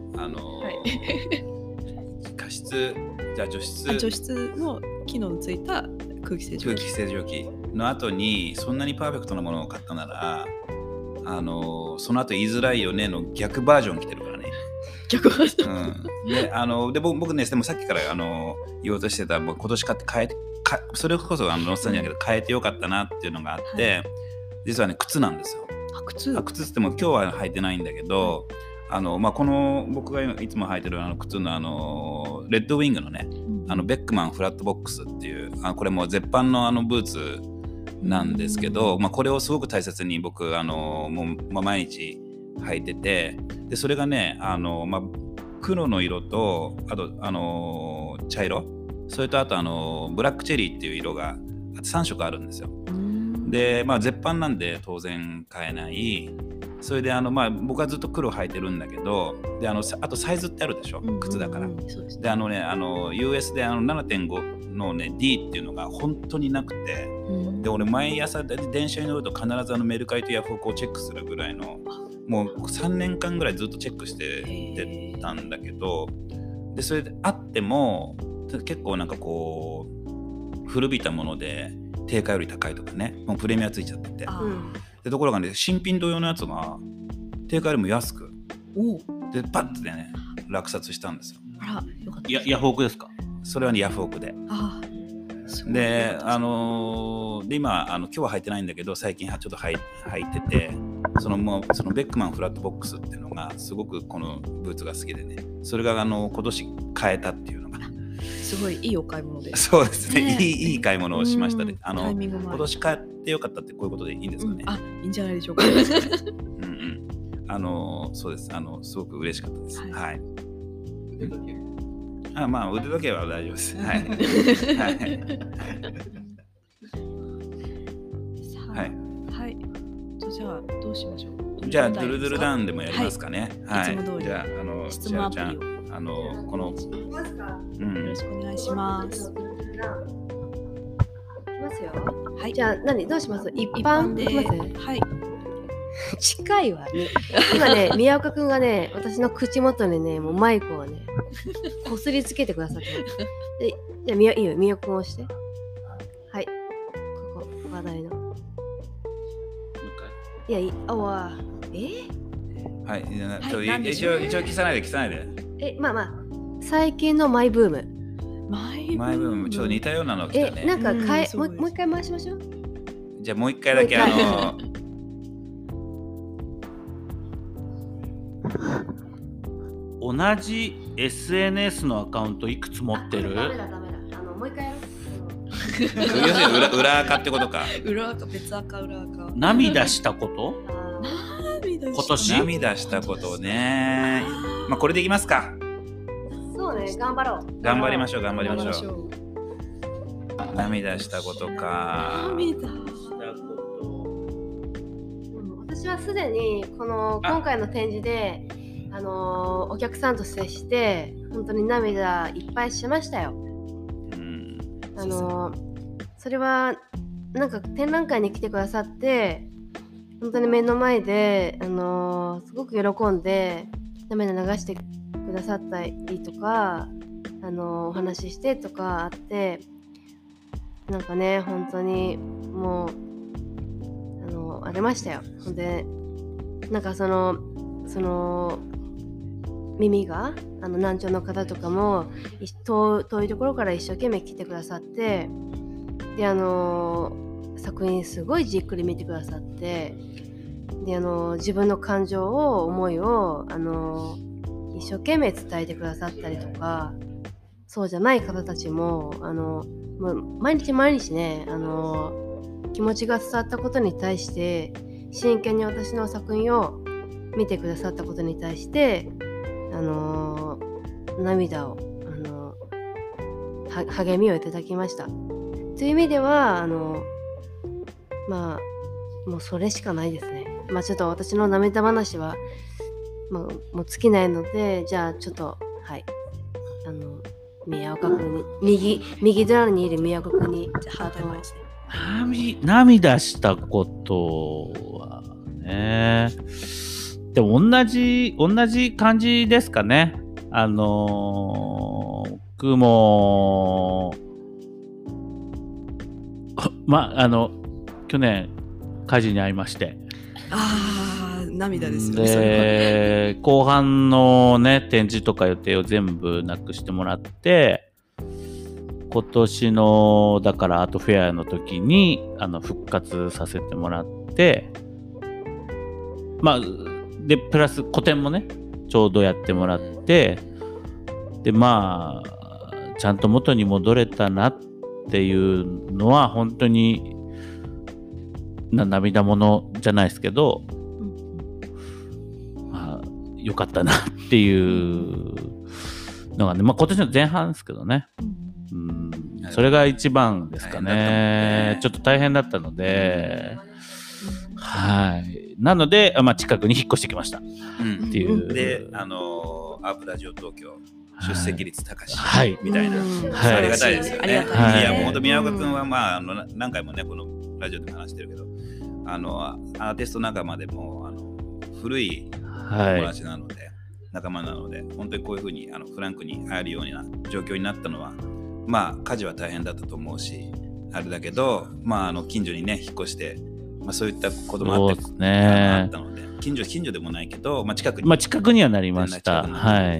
加湿除湿の機能のついた空気清浄機の後にそんなにパーフェクトなものを買ったならその後言いづらいよねの逆バージョン来てるからね。 逆バージョン。で僕ねでもさっきから言おうとしてた今年買ってそれこそノッさんじゃないけど変えてよかったなっていうのがあって、はい、実はね靴なんですよ。靴っても今日は履いてないんだけど、この僕がいつも履いてる靴のレッドウィングのね、ベックマンフラットボックスっていうこれも絶版のブーツなんですけど、これをすごく大切に僕もう毎日履いてて、でそれがね黒の色とあと茶色、それとあとブラックチェリーっていう色が3色あるんですよ。で絶版なんで当然買えない。それで僕はずっと黒履いてるんだけど、であとサイズってあるでしょ、靴だから。でUS で7.5 のね D っていうのが本当になくて、で俺毎朝電車に乗ると必ずメルカリとヤフオクをチェックするぐらいの、もう3年間ぐらいずっとチェックしてたんだけど、でそれであっても結構なんかこう古びたもので定価より高いとかね、もうプレミアついちゃってて、でところがね新品同様のやつが定価よりも安くでパッてね落札したんですよ。 あらよかった。 ヤフオクですか？ それはねヤフオクで。で今今日は履いてないんだけど最近ちょっと履いてて、そのベックマンフラットボックスっていうのがすごくこのブーツが好きでね、それが今年買えたっていうのがすごいいいお買い物で。 そうですね、いい買い物をしましたね。今年買ってよかったってこういうことでいいんですかね。 いいんじゃないでしょうか。 そうです。すごく嬉しかったです。はい。腕時計は大丈夫です。はい。 はい。じゃあどうしましょう。 じゃあドゥルドゥルダウンでもやりますかね。 はい。いつも通り。 じゃあ質問アプリをこのよろしくお願いします。 いきますよ。 はい。 じゃあどうします？一般で。 はい。 近いわね。今ね宮岡くんがね私の口元にねもうマイクをねこすりつけてくださって。じゃあいいよ宮岡くん押して。はい。ここ話題の。いやはい。一応消さないで。 最近のマイブーム。 マイブームちょっと似たようなの来たね。 なんかもう一回回しましょう。 じゃあもう一回だけ同じ SNS のアカウントいくつ持ってる？ ダメだもう一回やろう。 要するに裏垢ってことか。 裏垢、別垢、裏垢。 涙したこと？今年涙したことね。これでいきますか。 そうね、頑張りましょう。 涙したことか。 私はすでに今回の展示でお客さんと接して本当に涙いっぱいしましたよ。それはなんか展覧会に来てくださって本当に目の前ですごく喜んで涙流してくくださったりとかお話ししてとかあって、なんかね本当にもうありましたよ。ほんでなんかその耳が難聴の方とかも遠いところから一生懸命来てくださって、で作品すごいじっくり見てくださって、で自分の感情を思いを一生懸命伝えてくださったりとか、そうじゃない方たちももう毎日ね気持ちが伝わったことに対して真剣に私の作品を見てくださったことに対して涙を励みをいただきました。という意味ではまあもうそれしかないですね。まあちょっと私の涙話は、もう尽きないので、じゃあちょっとはい宮岡君に右隣にいる宮岡君にハートを涙したことはね、でも同じ感じですかね。僕も去年火事に遭いまして、 涙ですよね。 で後半のね展示とか予定を全部なくしてもらって、今年のだからアートフェアの時に復活させてもらって、でプラス個展もねちょうどやってもらって、でちゃんと元に戻れたなっていうのは本当に涙ものじゃないですけど、よかったなっていうのがね、今年の前半ですけどね、それが一番ですかね。ちょっと大変だったので、なので、近くに引っ越してきましたっていう、 でアープラジオ東京出席率高し、みたいな、ありがたいですよね。いやもう本当宮岡君は何回もねこのラジオでも話してるけど、アーティスト仲間でも古い友達なので、仲間なので、本当にこういうふうにフランクに会えるような状況になったのは、家事は大変だったと思うしあれだけど、近所にね引っ越して、そういったこともあったので、近所でもないけど、近くにはなりました。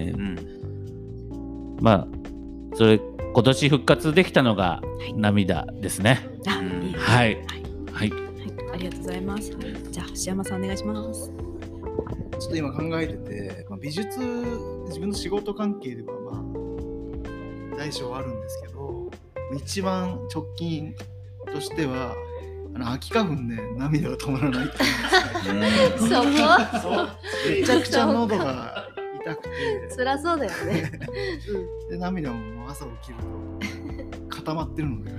それ今年復活できたのが涙ですね。 はい、ありがとうございます。じゃあ星山さんお願いします。 ちょっと今考えてて、美術自分の仕事関係では大小あるんですけど、一番直近としては秋花粉で涙が止まらないっていうんですかね。そうめちゃくちゃ喉が痛くて辛そうだよね。 で涙も朝起きると固まってるので、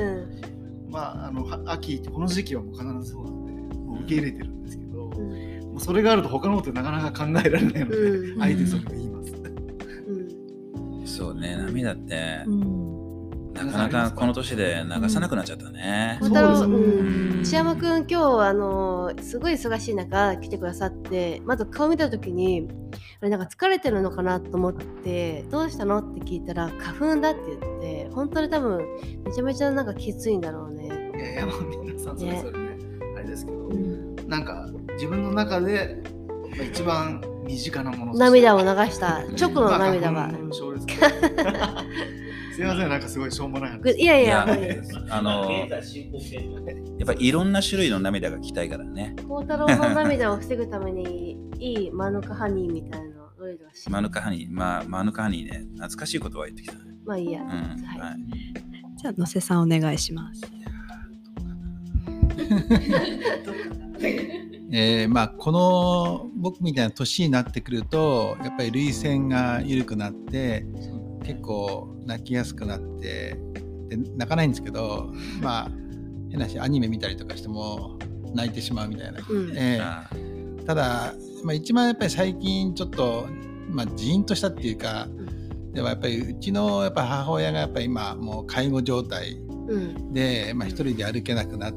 秋ってこの時期はもう必ずそうなのでもう受け入れてるんですけど、もうそれがあると他のことなかなか考えられないので、あえてそれを言います。 そうね、涙ってなかなかこの年で流さなくなっちゃったね。 石山くん今日すごい忙しい中来てくださって、まず顔見た時になんか疲れてるのかなと思って、どうしたのって聞いたら花粉だって言って、本当に多分めちゃめちゃなんかきついんだろうね。 いやもう皆さんそれぞれねあれですけど、なんか自分の中で一番身近なもの、 涙を流した直の涙が、 すいません、なんかすごいしょうもない話。 いややっぱりいろんな種類の涙がきたいからね。 孝太郎の涙を防ぐためにいいマヌカハニーみたいなどれがマヌカハニー、マヌカハニーね、懐かしい言葉言ってきたね。 いいや、 じゃあ野瀬さんお願いします。 この僕みたいな年になってくるとやっぱり涙腺が緩くなって結構泣きやすくなって、で泣かないんですけど、変な話アニメ見たりとかしても泣いてしまうみたいな、ただ、一番やっぱり最近ちょっと、ジーンとしたっていうか、ではやっぱりうちのやっぱ母親がやっぱり今もう介護状態で、一人で歩けなくなって、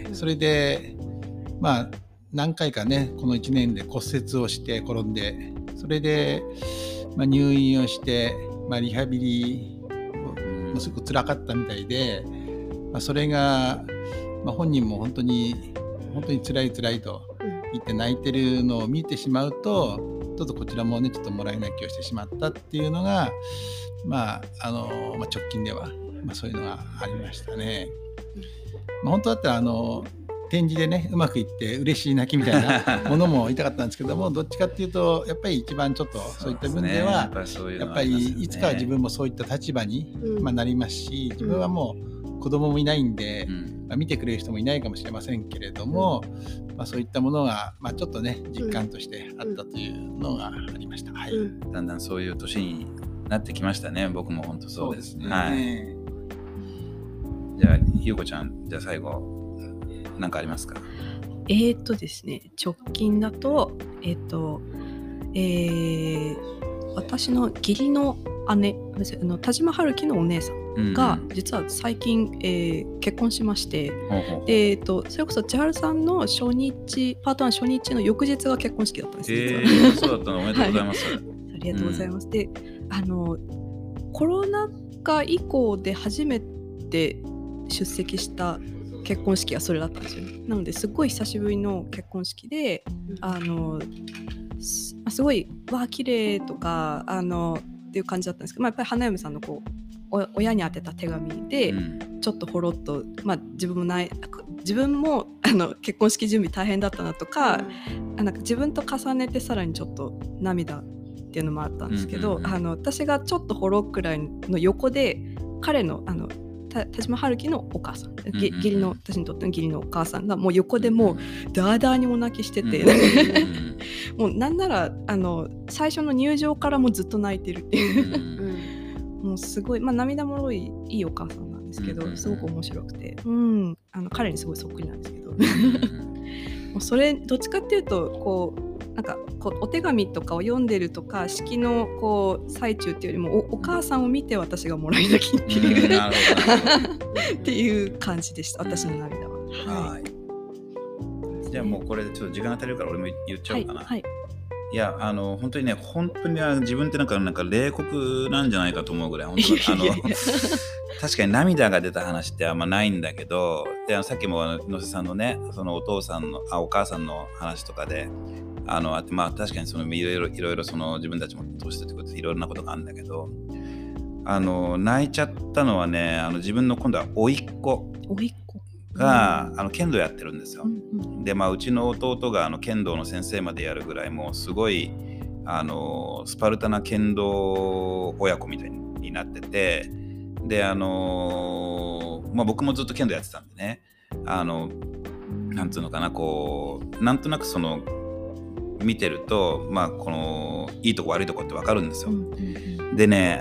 それで何回かねこの1年で骨折をして転んで、それで入院をして、リハビリもすごく辛かったみたいで、それが、本人も本当に辛いと言って泣いてるのを見てしまうと、ちょっとこちらもねちょっともらい泣きをしてしまったっていうのが、直近では、そういうのがありましたね。本当だったら展示でねうまくいって嬉しい泣きみたいなものも言いたかったんですけども、どっちかっていうとやっぱり一番ちょっとそういった分では、やっぱりいつかは自分もそういった立場に、なりますし、自分はもう子供もいないんで、見てくれる人もいないかもしれませんけれども、そういったものが、ちょっとね実感としてあったというのがありました。はい、 だんだんそういう年になってきましたね。僕も本当そうですね。はい、じゃあゆうこちゃん、じゃあ最後何かありますか？ ですね、直近だと私の義理の姉、田島春樹のお姉さんが実は最近、結婚しまして、それこそ千春さんのパート1初日の翌日が結婚式だったんです。 そうだったの、おめでとうございます。 ありがとうございます。で、コロナ禍以降で初めて出席した結婚式がそれだったんですよね。なのですごい久しぶりの結婚式で、すごい綺麗とかっていう感じだったんですけど、やっぱり花嫁さんの親に宛てた手紙で、ちょっとほろっと、自分も結婚式準備大変だったなとか、なんか自分と重ねてさらにちょっと涙っていうのもあったんですけど、私がちょっとほろくらいの横で彼の田島春樹のお母さん、義理の私にとっての義理のお母さんがもう横でもうダーダーにも泣きしてて、もうなんなら最初の入場からもずっと泣いてるっていうもうすごい、涙もろいいいお母さんなんですけど、すごく面白くて、彼にすごいそっくりなんですけどもうそれどっちかっていうとなんかお手紙とかを読んでるとか式の最中っていうよりも お母さんを見て私がもらい泣きっていうっていう感じでした、私の涙は。はい、 じゃあもうこれでちょっと時間が足りるから俺も言っちゃおうかな。いや本当に自分ってなんか冷酷なんじゃないかと思うぐらい本当に確かに涙が出た話ってあんまないんだけど、でさっきも野瀬さんのねそのお母さんの話とかであって確かにそのいろいろその自分たちも年取ってくるといろいろなことがあるんだけど、泣いちゃったのはね自分の今度は甥っ子が剣道やってるんですよ。でうちの弟が剣道の先生までやるぐらいもうすごいスパルタな剣道親子みたいになってて、で僕もずっと剣道やってたんでね、なんつうのかななんとなくその見てるとこのいいとこ悪いとこって分かるんですよ。でね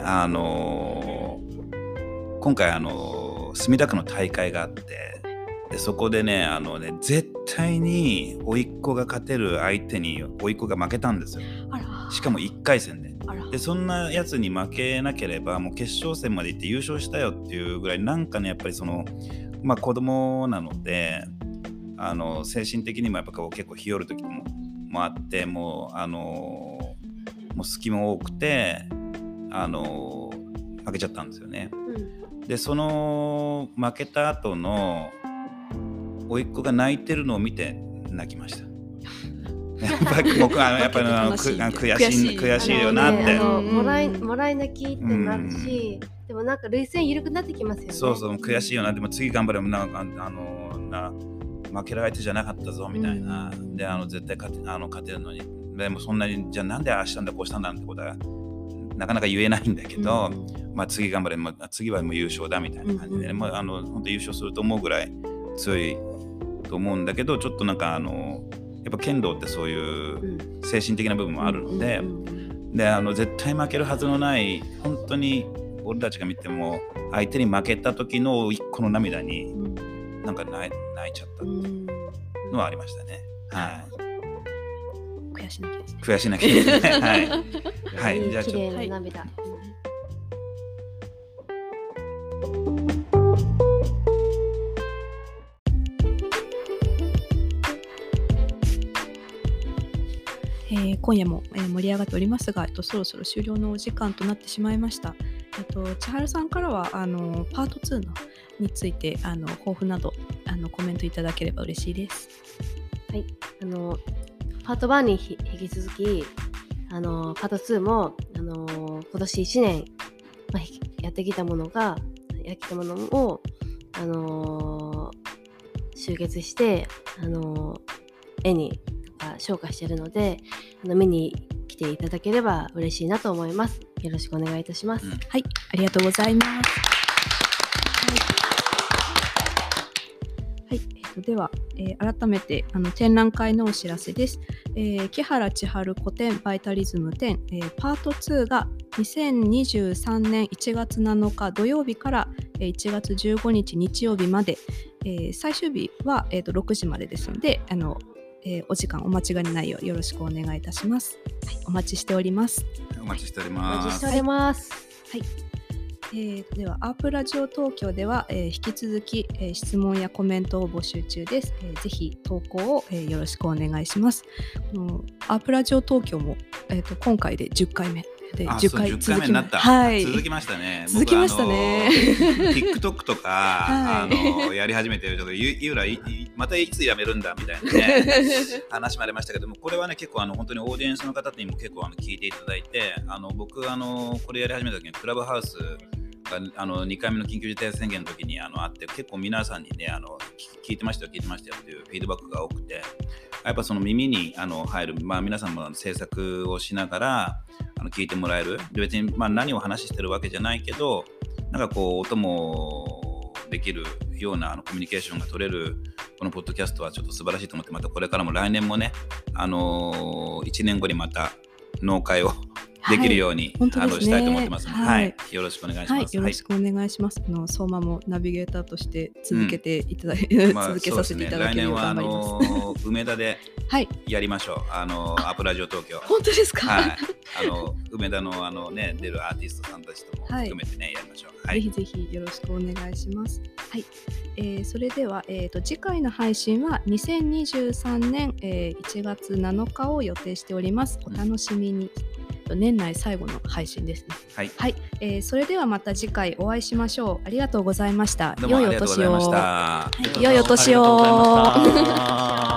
今回墨田区の大会があって、でそこでね絶対に甥っ子が勝てる相手に甥っ子が負けたんですよ。しかも1回戦でそんなやつに負けなければもう決勝戦まで行って優勝したよっていうぐらいなんかねやっぱりその子供なので精神的にもやっぱ結構日和る時もあって、もう隙も多くて負けちゃったんですよね。でその負けた後の甥っ子が泣いてるのを見て泣きました。やっぱり僕はやっぱり悔しいよなって、 もらい泣きってなるし、でもなんか涙腺緩くなってきますよね。 そう悔しいよな、でも次頑張れば負ける相手じゃなかったぞみたいな、で絶対勝てるのに、でもそんなにじゃあなんでああしたんだこうしたんだってことはなかなか言えないんだけど、次頑張れ、次はもう優勝だみたいな感じで、本当優勝すると思うぐらい強いと思うんだけど、ちょっとなんかやっぱ剣道ってそういう精神的な部分もあるので、絶対負けるはずのない本当に俺たちが見ても相手に負けた時の一個の涙になんか泣いちゃったっていうのはありましたね。 悔し泣きですね。 悔し泣きですね。はい。じゃあ綺麗な涙。 今夜も、盛り上がっておりますが、そろそろ終了のお時間となってしまいました。千春さんからはパート2について抱負などコメントいただければ嬉しいです。 はい、パート1に引き続きパート2も今年1年、やってきたものを集結して絵に昇華しているので見に来ていただければ嬉しいなと思います。よろしくお願いいたします。 はい、ありがとうございます。はい、では、改めて展覧会のお知らせです。木原千春個展バイタリズム展、パート2が2023年1月7日土曜日から1月15日日曜日まで、最終日は、6時までですのでお時間お間違いないようよろしくお願いいたします。はい、お待ちしております。 お待ちしております。 お待ちしております。 はい。ではアープラジオ東京では、引き続き、質問やコメントを募集中です。ぜひ投稿を、よろしくお願いします。アープラジオ東京も、今回で10回目。で10回 10回目になった、 はい、 続きましたね。 続きましたね。 TikTok とか、はい、やり始めてると井浦またいつやめるんだみたいなね話もありましたけども、これはね結構本当にオーディエンスの方にも結構聞いていただいて、僕これやり始めた時にクラブハウスが2回目の緊急事態宣言の時にあって結構皆さんにね聞いてましたよというフィードバックが多くて、やっぱその耳に入る、皆さんも制作をしながら聞いてもらえる、別に何を話してるわけじゃないけど、なんかこう音もできるようなコミュニケーションが取れるこのポッドキャストはちょっと素晴らしいと思って、またこれからも来年もね1年後にまた納会をできるように、 はい、 したいと思ってますので、はい、よろしくお願いします。はい、 よろしくお願いします。相馬もナビゲーターとして続けていただい続けさせていただけるよう頑張ります。 来年は梅田でやりましょう。アープラジオ東京。 本当ですか？ はい。梅田の出るアーティストさんたちとも含めてね、やりましょう。 はい。ぜひぜひよろしくお願いします。はい。それでは次回の配信は2023年1月7日を予定しております。お楽しみに。年内最後の配信ですね。 はい。 はい。それではまた次回お会いしましょう。ありがとうございました。 どうもありがとうございました。 良いお年を。